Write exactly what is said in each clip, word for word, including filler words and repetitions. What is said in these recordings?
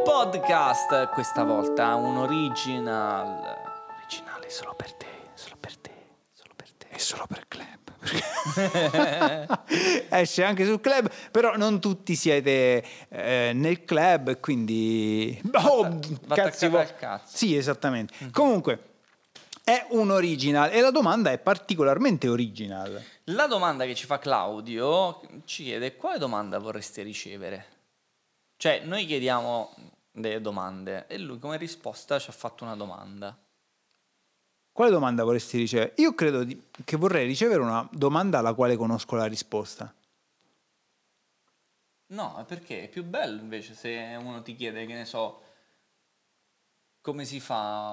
Podcast, questa volta un original. Originale solo per te, solo per te, solo per te. E solo per Club. Esce anche sul Club, però non tutti siete eh, nel Club, quindi... Oh, cazzi vo- al cazzo. Sì, esattamente. Mm-hmm. Comunque, è un original e la domanda è particolarmente original. La domanda che ci fa Claudio ci chiede: quale domanda vorreste ricevere? Cioè, noi chiediamo delle domande e lui come risposta ci ha fatto una domanda. Quale domanda vorresti ricevere? Io credo di, che vorrei ricevere una domanda alla quale conosco la risposta. No, perché è più bello invece se uno ti chiede, che ne so, come si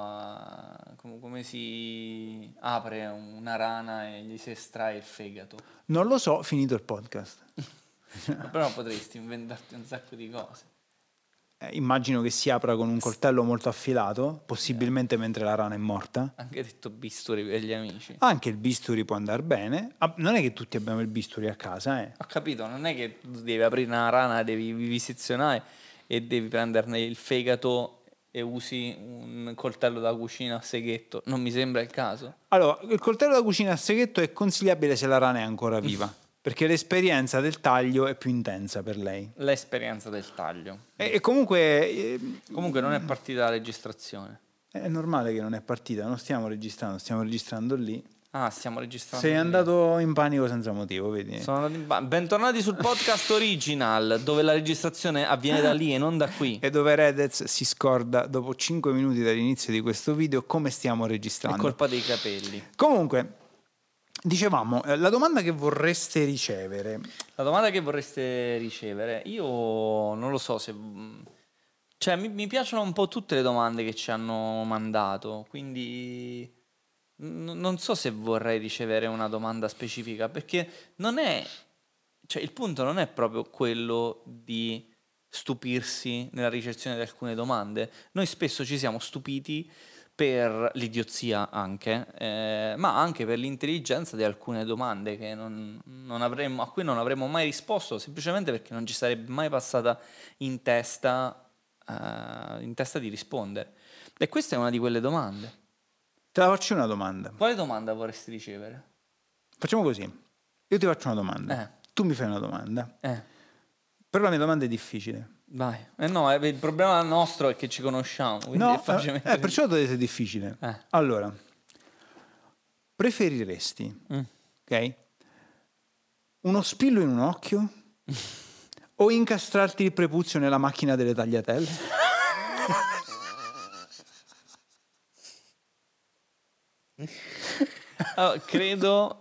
fa, come, come si apre una rana e gli si estrae il fegato. Non lo so, finito il podcast. Però potresti inventarti un sacco di cose. Eh, immagino che si apra con un coltello molto affilato, possibilmente yeah. mentre la rana è morta. Anche detto bisturi per gli amici. Anche il bisturi può andare bene. Ah, non è che tutti abbiamo il bisturi a casa, eh. Ho capito, non è che tu devi aprire una rana, devi vivisezionare e devi prenderne il fegato e usi un coltello da cucina a seghetto. Non mi sembra il caso. Allora, il coltello da cucina a seghetto è consigliabile se la rana è ancora viva. Perché l'esperienza del taglio è più intensa per lei. L'esperienza del taglio. E, e comunque... Eh, comunque non è partita la registrazione. È normale che non è partita, non stiamo registrando, stiamo registrando lì. Ah, stiamo registrando. Sei lì. andato in panico senza motivo, vedi? Sono andato in ba- Bentornati sul podcast original, dove la registrazione avviene da lì e non da qui. E dove Redez si scorda, dopo cinque minuti dall'inizio di questo video, come stiamo registrando. È colpa dei capelli. Comunque... Dicevamo, la domanda che vorreste ricevere. La domanda che vorreste ricevere, io non lo so se... Cioè, mi, mi piacciono un po' tutte le domande che ci hanno mandato, quindi n- non so se vorrei ricevere una domanda specifica, perché non è... Cioè, il punto non è proprio quello di stupirsi nella ricezione di alcune domande. Noi spesso ci siamo stupiti per l'idiozia anche, eh, ma anche per l'intelligenza di alcune domande che non, non avremmo, a cui non avremmo mai risposto, semplicemente perché non ci sarebbe mai passata in testa, uh, in testa di rispondere. E questa è una di quelle domande. Te la faccio una domanda. Quale domanda vorresti ricevere? Facciamo così. Io ti faccio una domanda. Eh. Tu mi fai una domanda. Eh. Però la mia domanda è difficile. Vai. Eh no, il problema nostro è che ci conosciamo. Quindi no, è facilmente... eh, perciò dovete essere difficile. Eh. Allora, preferiresti, mm. ok, uno spillo in un occhio o incastrarti il prepuzio nella macchina delle tagliatelle? Allora, credo...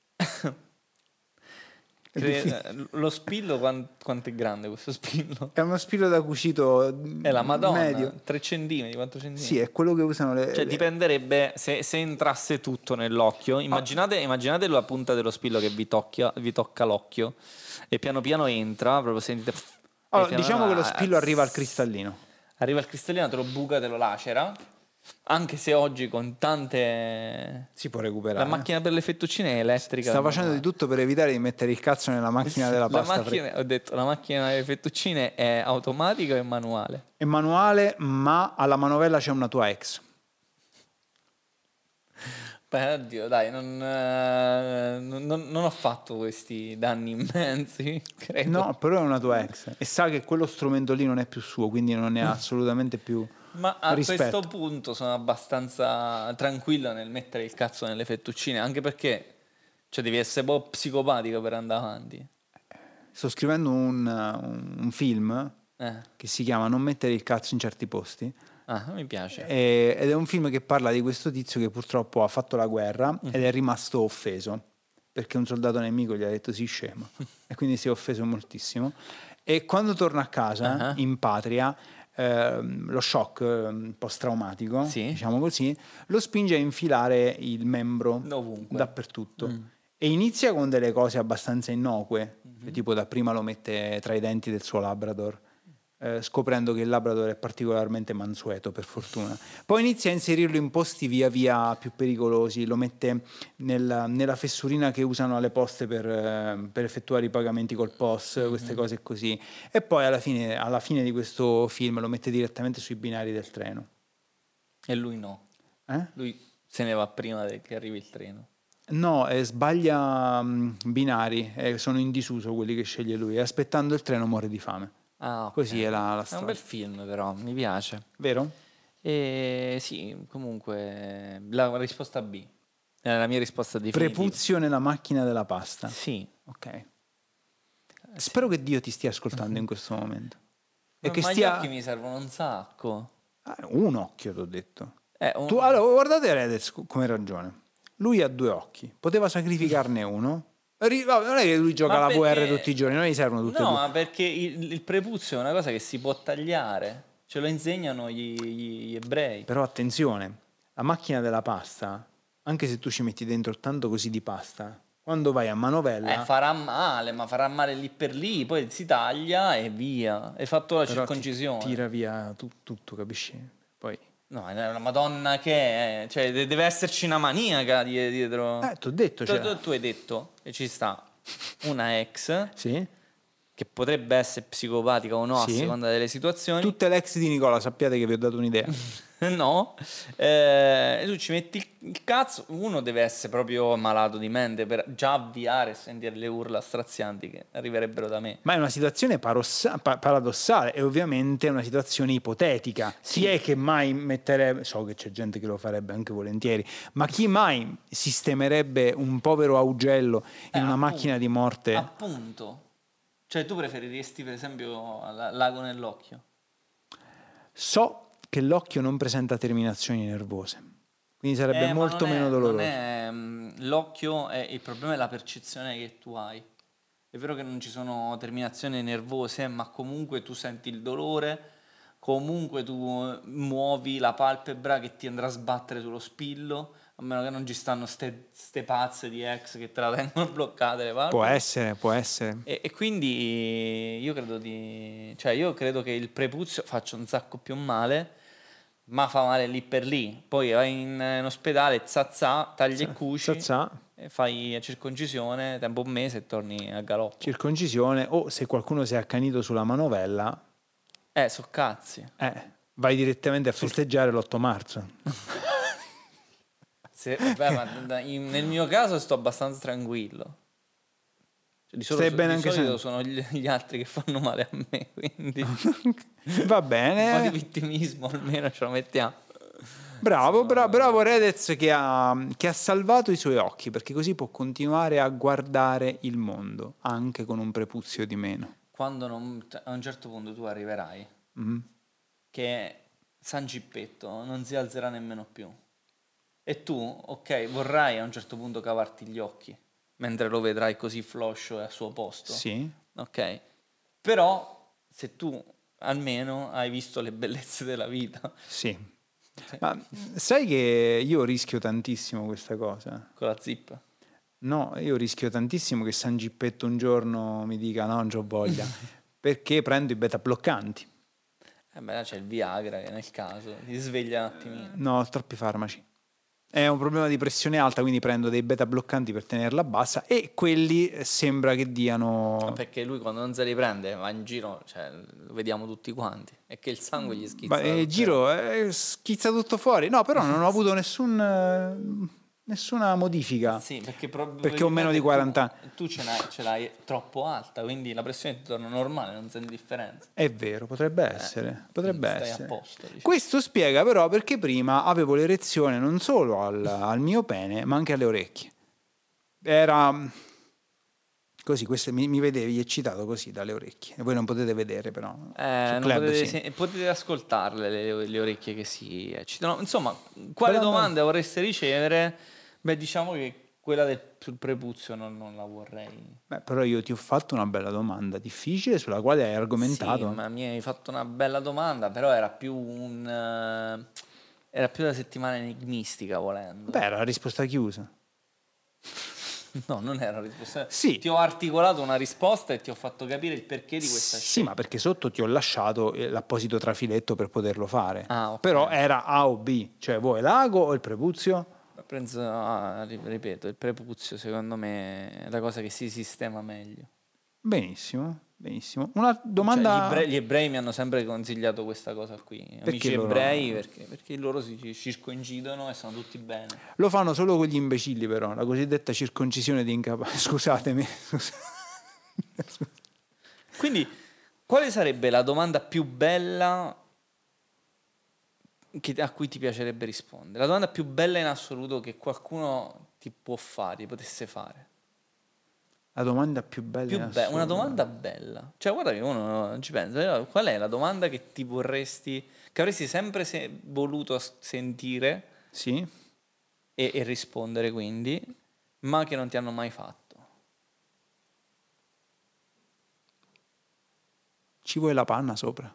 Credo, lo spillo quanto, quanto è grande questo spillo? È uno spillo da cucito è la Madonna, medio. tre centimetri, quattro centimetri? Sì, è quello che usano le... Cioè le... dipenderebbe se, se entrasse tutto nell'occhio. Immaginate, oh. immaginate la punta dello spillo che vi, tocchia, vi tocca l'occhio e piano piano entra, proprio sentite... Allora, piano diciamo piano, che lo spillo arriva al cristallino. Arriva al cristallino, te lo buca, te lo lacera. Anche se oggi con tante... si può recuperare. La macchina per le fettuccine è elettrica. Sta facendo no? di tutto per evitare di mettere il cazzo nella macchina della la pasta macchina, ho detto, la macchina delle fettuccine è automatica o è manuale? È manuale, ma alla manovella c'è una tua ex. Beh, oddio, dai, non, eh, non, non ho fatto questi danni immensi, credo. No, però è una tua ex e sa che quello strumento lì non è più suo, quindi non ne ha assolutamente più... Ma a rispetto. questo punto sono abbastanza tranquillo nel mettere il cazzo nelle fettuccine, anche perché cioè, devi essere un po' psicopatico per andare avanti. Sto scrivendo un, un, un film eh. che si chiama Non mettere il cazzo in certi posti. Ah, mi piace. E, ed è un film che parla di questo tizio che purtroppo ha fatto la guerra mm. ed è rimasto offeso perché un soldato nemico gli ha detto sì scemo e quindi si è offeso moltissimo. E quando torna a casa, uh-huh. in patria, Eh, lo shock eh, post-traumatico, sì. diciamo così, lo spinge a infilare il membro ovunque, dappertutto mm. e inizia con delle cose abbastanza innocue, mm-hmm. tipo dapprima lo mette tra i denti del suo Labrador, eh, scoprendo che il Labrador è particolarmente mansueto, per fortuna. Poi inizia a inserirlo in posti via via più pericolosi, lo mette nella, nella fessurina che usano alle poste per, eh, per effettuare i pagamenti col P O S, mm-hmm. queste cose così. E poi alla fine, alla fine di questo film lo mette direttamente sui binari del treno. E lui no. Eh? Lui se ne va prima che arrivi il treno. No, eh, sbaglia mh, binari, eh, sono in disuso quelli che sceglie lui, e aspettando il treno muore di fame. Ah, okay. Così è la, la è storia. un bel film però, mi piace. Vero? E sì, comunque la risposta B è la mia risposta definitiva. Prepuzio nella macchina della pasta. Sì. Ok. Eh, Spero sì. che Dio ti stia ascoltando in questo momento. Ma, e che ma stia... gli occhi mi servono un sacco. Ah, un occhio, ti ho detto. Eh, un... tu, allora, guardate Redez come ragione. Lui ha due occhi, poteva sacrificarne uno. Non è che lui gioca alla perché... V R tutti i giorni, non gli servono tutte no, e due. ma perché il, il prepuzio è una cosa che si può tagliare, ce lo insegnano gli, gli, gli ebrei. Però attenzione, la macchina della pasta, anche se tu ci metti dentro tanto così di pasta, quando vai a manovella... Eh, farà male, ma farà male lì per lì, poi si taglia e via. Hai fatto la circoncisione. Ti tira via tu, tutto, capisci? Poi... No, è una madonna che è, cioè deve esserci una maniaca dietro. Eh, ti ho detto, tu, cioè... tu, tu hai detto che ci sta una ex sì? che potrebbe essere psicopatica o no, sì, a seconda delle situazioni. Tutte le ex di Nicola, sappiate che vi ho dato un'idea. No, eh, tu ci metti il, il cazzo, uno deve essere proprio malato di mente per già avviare e sentire le urla strazianti che arriverebbero da me. Ma è una situazione parossa- pa- paradossale e ovviamente è una situazione ipotetica. Sì. Chi è che mai metterebbe, so che c'è gente che lo farebbe anche volentieri, ma chi mai sistemerebbe un povero augello in eh, una appunto, macchina di morte? Appunto. Cioè tu preferiresti per esempio l'ago nell'occhio? So che l'occhio non presenta terminazioni nervose, quindi sarebbe eh, molto meno è, doloroso. Non è, um, l'occhio è il problema, è la percezione che tu hai. È vero che non ci sono terminazioni nervose, ma comunque tu senti il dolore, comunque tu muovi la palpebra che ti andrà a sbattere sullo spillo, a meno che non ci stanno ste, ste pazze di ex che te la tengono bloccate le palpebre. Può essere, può essere. E, e quindi io credo di, cioè io credo che il prepuzio faccia un sacco più male, ma fa male lì per lì. Poi vai in, in ospedale, zazza, tagli e cuci, zazza. E fai la circoncisione, tempo un mese e torni a galoppo. Circoncisione, o se qualcuno si è accanito sulla manovella, eh, so cazzi. Eh, vai direttamente a festeggiare l'otto marzo. Se, vabbè, ma in, nel mio caso sto abbastanza tranquillo. Cioè, di solito, Stai bene di anche solito se... sono gli, gli altri che fanno male a me, quindi va bene. Un po' di vittimismo almeno ce lo mettiamo. Bravo, sì, bravo, bravo Redez che ha, che ha salvato i suoi occhi, perché così può continuare a guardare il mondo, anche con un prepuzio di meno. Quando non, a un certo punto tu arriverai mm-hmm. che San Gippetto non si alzerà nemmeno più. E tu, ok, vorrai a un certo punto cavarti gli occhi, mentre lo vedrai così floscio e al suo posto. Sì. Ok. Però, se tu almeno hai visto le bellezze della vita. Sì. Sì. Ma sai che io rischio tantissimo questa cosa? Con la zip? No, io rischio tantissimo che San Gippetto un giorno mi dica no, non c'ho voglia, perché prendo i beta bloccanti. Eh beh, c'è il Viagra che nel caso ti sveglia un attimino. No, troppi farmaci. È un problema di pressione alta, quindi prendo dei beta bloccanti per tenerla bassa e quelli sembra che diano... Ma perché lui quando non se li prende va in giro, cioè lo vediamo tutti quanti, è che il sangue gli schizza. Ma in giro eh, schizza tutto fuori. No, però non ho avuto nessun... Eh, nessuna modifica. Sì, perché, perché ho meno di quaranta anni. Tu, tu ce, l'hai, ce l'hai troppo alta, quindi la pressione ti torna normale, non senti differenza. È vero, potrebbe essere. Eh, potrebbe stai essere. A posto, diciamo. Questo spiega però perché prima avevo l'erezione non solo al, al mio pene, ma anche alle orecchie. Era così, questo, mi, mi vedevi eccitato così dalle orecchie. E voi non potete vedere, però. Eh, non club, potete, sì. se, potete ascoltarle le, le orecchie che si eccitano. Insomma, quale però domanda no. vorreste ricevere? Beh, diciamo che quella del sul prepuzio non, non la vorrei. Beh, però io ti ho fatto una bella domanda difficile sulla quale hai argomentato. Sì, ma mi hai fatto una bella domanda, però era più un uh, era più una settimana enigmistica volendo. Beh, era la risposta chiusa. No, non era una risposta. Sì. Ti ho articolato una risposta e ti ho fatto capire il perché di questa Sì, scelta. ma perché sotto ti ho lasciato eh, l'apposito trafiletto per poterlo fare. Ah, ok. Però era A o B, cioè vuoi l'ago o il prepuzio? Penso, ah, ri- ripeto, il prepuzio secondo me è la cosa che si sistema meglio. Benissimo, benissimo. Una Cioè, domanda... gli, ebrei, gli ebrei mi hanno sempre consigliato questa cosa qui. Amici loro- ebrei, perché, perché loro si ci circoincidono e sono tutti bene. Lo fanno solo con gli imbecilli però, la cosiddetta circoncisione di incapace. Scusatemi. Quindi, quale sarebbe la domanda più bella che- a cui ti piacerebbe rispondere? La domanda più bella in assoluto che qualcuno ti può fare, ti potesse fare? La domanda più bella Più in be- una assoluto. domanda bella. Cioè, guarda che uno non ci pensa. Però qual è la domanda che ti vorresti, che avresti sempre se- voluto s- sentire Sì? e, e rispondere quindi, ma che non ti hanno mai fatto? Ci vuoi la panna sopra?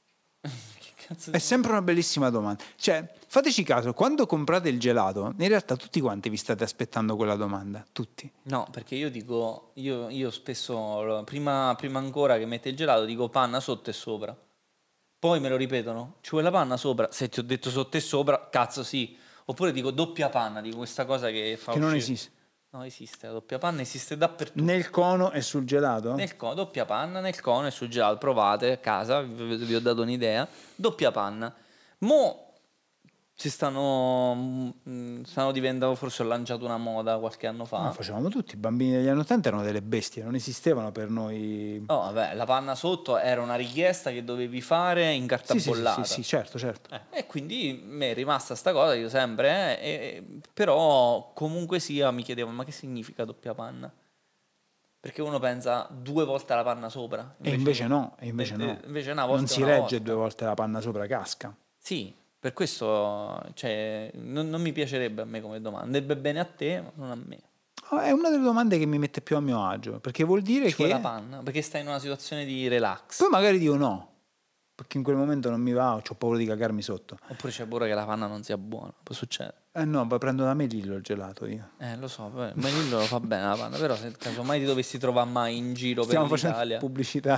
Che cazzo È sempre una bellissima domanda. Cioè, fateci caso, quando comprate il gelato, in realtà tutti quanti vi state aspettando quella domanda. Tutti. No, perché io dico, io, io spesso, prima, prima ancora che mette il gelato, dico panna sotto e sopra. Poi me lo ripetono, ci vuoi la panna sopra? Se ti ho detto sotto e sopra, cazzo sì. Oppure dico doppia panna, dico questa cosa che fa Che non uscire- esiste. No, esiste, la doppia panna esiste dappertutto. Nel cono e sul gelato? Nel cono, doppia panna nel cono e sul gelato, provate a casa, vi, vi ho dato un'idea, doppia panna. Mo si stanno, mm, stanno diventando, forse ho lanciato una moda qualche anno fa. No, facevamo tutti. I bambini degli anni ottanta erano delle bestie, non esistevano per noi. Oh, vabbè, la panna sotto era una richiesta che dovevi fare in carta Sì, sì, sì, bollata. sì, sì, certo, certo. Eh, e quindi mi è rimasta sta cosa, io sempre, eh, e- però comunque sia mi chiedevo, ma che significa doppia panna? Perché uno pensa due volte alla panna sopra. E invece no, e invece eh, no. invece una volta non si una regge volta. due volte la panna sopra, casca. Sì, per questo cioè, non, non mi piacerebbe a me come domanda. Andrebbe bene a te, ma non a me. Oh, è una delle domande che mi mette più a mio agio, perché vuol dire Ci vuoi che la panna? Perché stai in una situazione di relax. poi magari dico no, perché in quel momento non mi va, ho paura di cagarmi sotto. Oppure c'è paura che la panna non sia buona. Può succedere. Eh no, poi prendo da Melillo il gelato io. Eh, lo so, vabbè, Melillo lo fa bene la panna, però se casomai ti dovessi trovare mai in giro Stiamo per facendo l'Italia, pubblicità.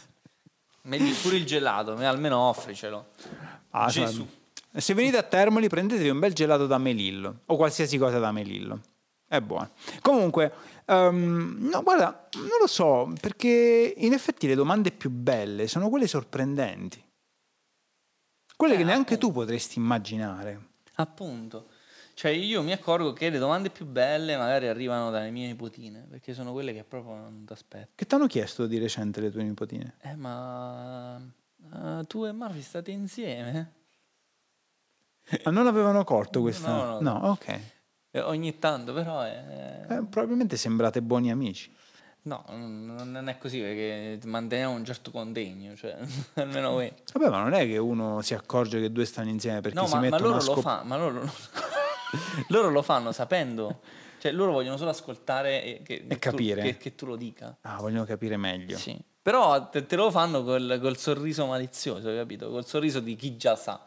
meglio pure il gelato, me- almeno offricelo. Ah, Gesù. insomma, se venite a Termoli prendetevi un bel gelato da Melillo o qualsiasi cosa da Melillo. È buono. Comunque, ehm, no, guarda, non lo so, perché in effetti le domande più belle sono quelle sorprendenti. Quelle Eh, che neanche appunto. tu potresti immaginare. Appunto. Cioè io mi accorgo che le domande più belle magari arrivano dalle mie nipotine, perché sono quelle che proprio non ti aspetti. Che ti hanno chiesto di recente le tue nipotine? Eh, ma eh, tu e Marfi state insieme? Ah, non avevano colto questa? No, no, no, no. ok. Eh, ogni tanto però è... Eh, probabilmente sembrate buoni amici. No, non non è così perché manteniamo un certo contegno, cioè almeno qui. Vabbè, ma non è che uno si accorge che due stanno insieme perché No, si ma, ma mettono loro a lo scop- fanno, ma loro, loro lo fanno sapendo, cioè loro vogliono solo ascoltare e, che, E capire. Tu, che, che tu lo dica. Ah, vogliono capire meglio. Sì. Però te, te lo fanno col, col sorriso malizioso, capito? Col sorriso di chi già sa.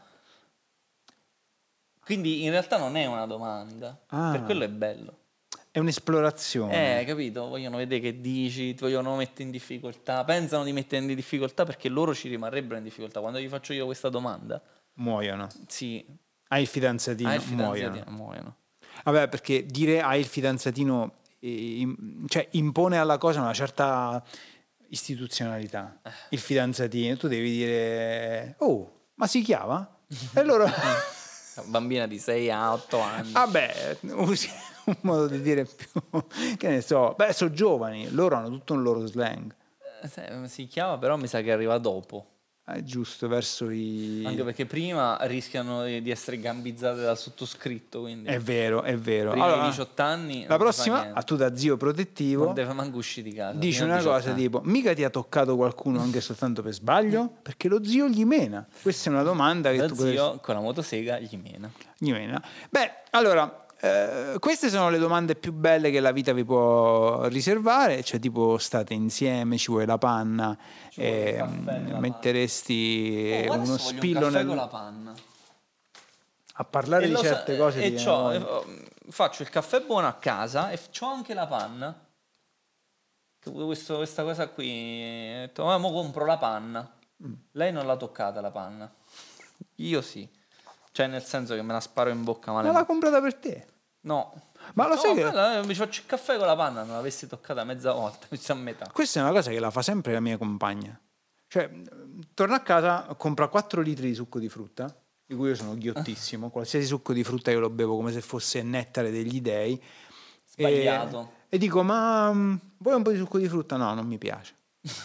Quindi in realtà non è una domanda, Ah. per quello è bello. È un'esplorazione. Eh, capito? Vogliono vedere che dici, ti vogliono mettere in difficoltà, pensano di mettere in difficoltà perché loro ci rimarrebbero in difficoltà. Quando gli faccio io questa domanda, Muoiono. sì, Hai il fidanzatino, ah, il fidanzatino, muoiono. muoiono. Vabbè, perché dire hai il fidanzatino eh, im- cioè, impone alla cosa una certa istituzionalità. Il fidanzatino, tu devi dire oh, ma si chiama? E loro Bambina di sei a otto anni. vabbè, usi un modo di dire più che ne so, beh, sono giovani, loro hanno tutto un loro slang. Eh, se- si chiama, però mi sa che arriva dopo. È giusto, verso i... Anche perché prima rischiano di, di essere gambizzate dal sottoscritto, quindi È vero, è vero. prima Allora, di diciotto anni la non si fa prossima, niente. a tu da zio protettivo, Non deve manco uscire di casa. dici fino a una diciotto cosa anni. tipo, mica ti ha toccato qualcuno anche soltanto per sbaglio? Perché lo zio gli mena. Questa è una domanda che Da tu zio potresti... con la motosega gli mena. Gli mena. Beh, allora... eh, queste sono le domande più belle che la vita vi può riservare, cioè tipo state insieme, ci vuoi la panna, vuole il eh, caffè nella metteresti Oh, adesso uno voglio spillo un caffè nel... con la panna. A parlare E di lo sa- certe cose e ti c'ho- viene e voglia. ho- faccio il caffè buono a casa e ho anche la panna. Che ho avuto questo- questa cosa qui. Ho detto, "Ah, mo compro la panna." Lei non l'ha toccata la panna. Io sì. Cioè, nel senso che me la sparo in bocca male. Ma l'ha male. comprata per te. No. Ma lo No, sai che- bella, eh, mi faccio il caffè con la panna, non l'avessi toccata mezza volta, mi sa a metà. Questa è una cosa che la fa sempre la mia compagna. Cioè, mh, torna a casa, compra quattro litri di succo di frutta, di cui io sono ghiottissimo. Qualsiasi succo di frutta io lo bevo come se fosse nettare degli dei. Sbagliato. E, e dico, ma mh, vuoi un po' di succo di frutta? No, non mi piace.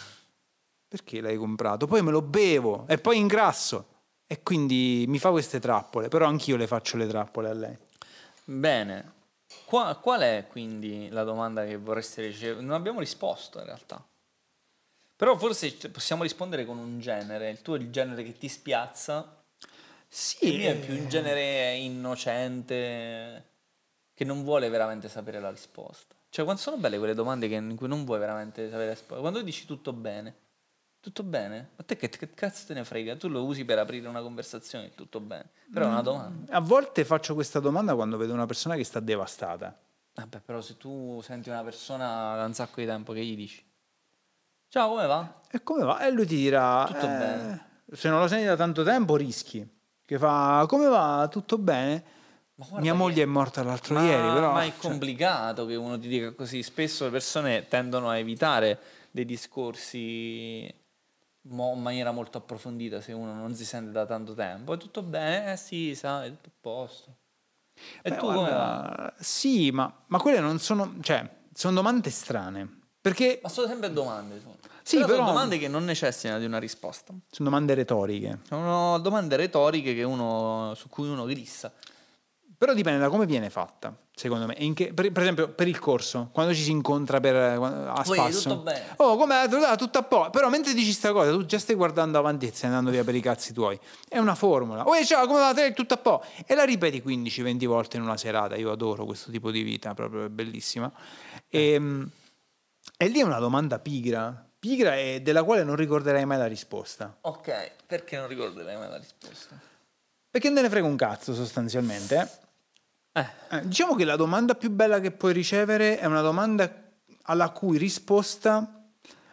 Perché l'hai comprato? Poi me lo bevo e poi ingrasso. E quindi mi fa queste trappole, però anch'io le faccio le trappole a lei. Bene. Qua- qual è quindi la domanda che vorreste ricevere? Non abbiamo risposto in realtà. Però forse c- possiamo rispondere con un genere. Il tuo è il genere che ti spiazza, Sì, il mio è più un genere innocente, che non vuole veramente sapere la risposta. Cioè, quando sono belle quelle domande che- in cui non vuoi veramente sapere la risposta. Quando dici tutto bene, tutto bene? Ma te che, che cazzo te ne frega? Tu lo usi per aprire una conversazione, il tutto bene. Però è una domanda. a volte faccio questa domanda quando vedo una persona che sta devastata. Vabbè, però se tu senti una persona da un sacco di tempo, che gli dici? Ciao, come va? E come va? E lui ti dirà, Tutto eh, bene. se non lo senti da tanto tempo rischi. Che fa, come va? Tutto bene? Ma guarda Mia che- moglie è morta l'altro Ma, ieri, però... ma è cioè, complicato che uno ti dica così. Spesso le persone tendono a evitare dei discorsi mo- in maniera molto approfondita se uno non si sente da tanto tempo. È tutto bene? Eh sì, sai, è tutto a posto. E beh, tu come va? guarda, sì, ma, ma quelle non sono... Cioè, sono domande strane. Perché... Ma sono sempre domande. Sono. Sì, però, però- sono domande che non necessitano di una risposta. Sono domande retoriche. Sono domande retoriche che uno, su cui uno grissa. Però dipende da come viene fatta, secondo me. E in che- per, per esempio, per il corso, quando ci si incontra per, a Poi, spasso. tutto bene. Oh, com'è? Ah, tutto a po'. Però mentre dici sta cosa, tu già stai guardando avanti e stai andando via per i cazzi tuoi. È una formula. Oh, ciao, come va? Te? Tutto a po'. E la ripeti quindici venti volte in una serata. Io adoro questo tipo di vita, proprio è bellissima. E, e lì è una domanda pigra. Pigra e della quale non ricorderai mai la risposta. Ok, perché non ricorderai mai la risposta? Perché non te ne frega un cazzo, sostanzialmente. eh. Eh, Eh, diciamo che la domanda più bella che puoi ricevere è una domanda alla cui risposta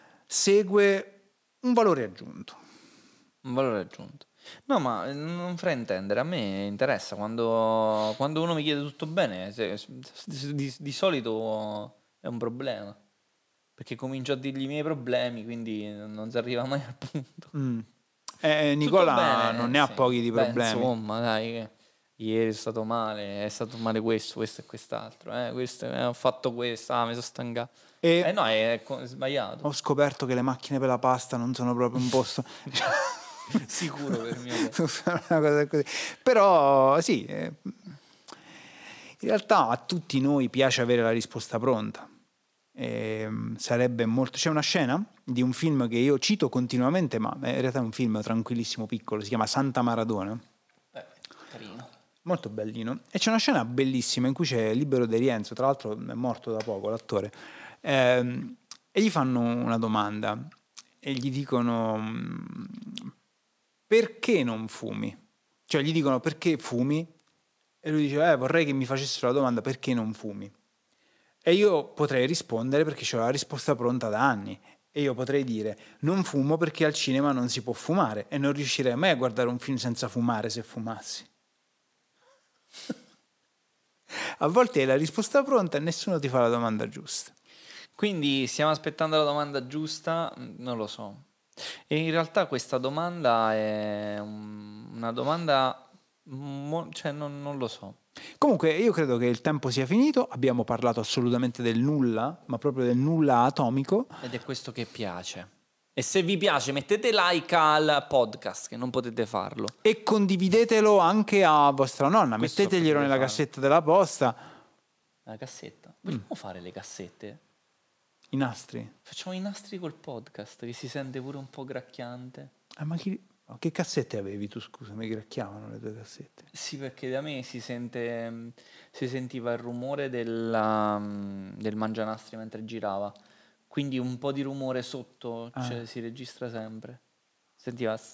segue un valore aggiunto. un valore aggiunto. No, ma eh, non fraintendere, a me interessa quando, quando uno mi chiede tutto bene, se- se- di, di solito è un problema, perché comincio a dirgli i miei problemi, quindi non si arriva mai al punto. Mm. Eh, Tutto Nicola bene? non ne ha Sì. pochi di Beh, problemi. insomma, dai, che ieri è stato male, è stato male questo, questo e quest'altro, eh, questo, eh, ho fatto questo, ah, mi sono stancato. E Eh no, è, co- è sbagliato. ho scoperto che le macchine per la pasta non sono proprio un posto. Sicuro per mio. Una cosa così. Però sì, eh, in realtà a tutti noi piace avere la risposta pronta. E, sarebbe molto... C'è una scena di un film che io cito continuamente, ma in realtà è un film tranquillissimo, piccolo, si chiama Santa Maradona. Eh, carino. Molto bellino. E c'è una scena bellissima in cui c'è Libero De Rienzo, tra l'altro è morto da poco l'attore, ehm, e gli fanno una domanda e gli dicono mm, perché non fumi? Cioè gli dicono perché fumi? E lui dice eh, vorrei che mi facessero la domanda perché non fumi? E io potrei rispondere perché ho la risposta pronta da anni. E io potrei dire non fumo perché al cinema non si può fumare e non riuscirei mai a guardare un film senza fumare se fumassi. A volte hai la risposta pronta e nessuno ti fa la domanda giusta. Quindi stiamo aspettando la domanda giusta? Mm, Non lo so. E in realtà questa domanda è un- una domanda, mo- cioè non, non lo so. Comunque io credo che il tempo sia finito, abbiamo parlato assolutamente del nulla, ma proprio del nulla atomico. Ed è questo che piace. E se vi piace mettete like al podcast, che non potete farlo. E condividetelo anche a vostra nonna, Questo metteteglielo potete nella fare. cassetta della posta, La cassetta. Vogliamo fare le cassette? i nastri. Facciamo i nastri col podcast, che si sente pure un po' gracchiante. Ah, ma chi- ma che cassette avevi tu, scusa, mi gracchiavano le tue cassette? Sì, perché da me si sente, mm, si sentiva il rumore della, mm, del mangianastri mentre girava. Quindi un po' di rumore sotto, Ah. cioè, si registra sempre. Sentiva... s-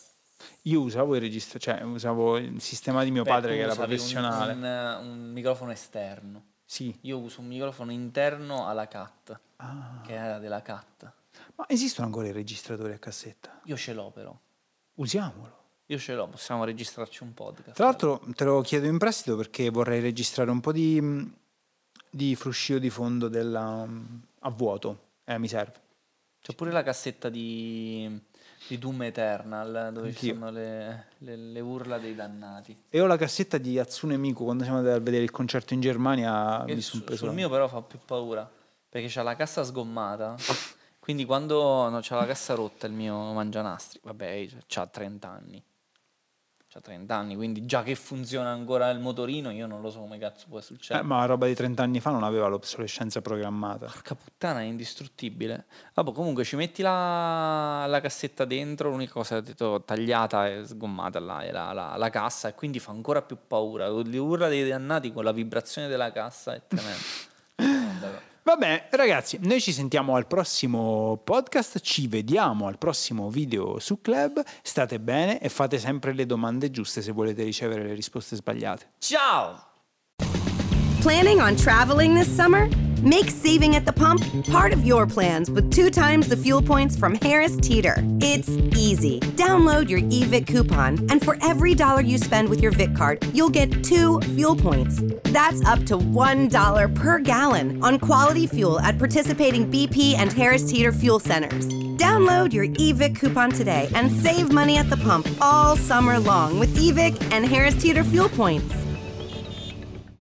Io usavo il registro, cioè usavo il sistema di mio Beh, padre tu che era usavi un- professionale. Un, un microfono esterno. Sì. Io uso un microfono interno alla Cat, Ah. che era della Cat. Ma esistono ancora i registratori a cassetta? Io ce l'ho però. Usiamolo. Io ce l'ho, possiamo registrarci un podcast. Tra l'altro te lo chiedo in prestito perché vorrei registrare un po' di, di fruscio di fondo della, a vuoto. Eh, mi serve. C'è pure la cassetta di, di Doom Eternal, dove ci Anch'io. sono le, le- le urla dei dannati. E ho la cassetta di Hatsune Miku quando siamo andati a vedere il concerto in Germania. Che Mi sono su- preso. sul mio però fa più paura, perché c'ha la cassa sgommata, quindi quando no, c'ha la cassa rotta il mio mangianastri, vabbè, c'ha trenta anni. C'ha trenta anni, quindi già che funziona ancora il motorino, io non lo so come cazzo può succedere. Eh, ma la roba di trenta anni fa non aveva l'obsolescenza programmata. Porca puttana, è indistruttibile. Vabbè, comunque ci metti la, la cassetta dentro, l'unica cosa che ho detto tagliata e sgommata là è la, la- la cassa e quindi fa ancora più paura. Le urla dei dannati con la vibrazione della cassa è tremendo. Tremendo. Va bene, ragazzi, noi ci sentiamo al prossimo podcast, ci vediamo al prossimo video su Club, state bene e fate sempre le domande giuste se volete ricevere le risposte sbagliate. Ciao! Planning on traveling this summer? Make saving at the pump part of your plans with two times the fuel points from Harris Teeter. It's easy. Download your E V I C coupon, and for every dollar you spend with your V I C card, you'll get two fuel points. That's up to one dollar per gallon on quality fuel at participating B P and Harris Teeter fuel centers. Download your E V I C coupon today and save money at the pump all summer long with E V I C and Harris Teeter fuel points.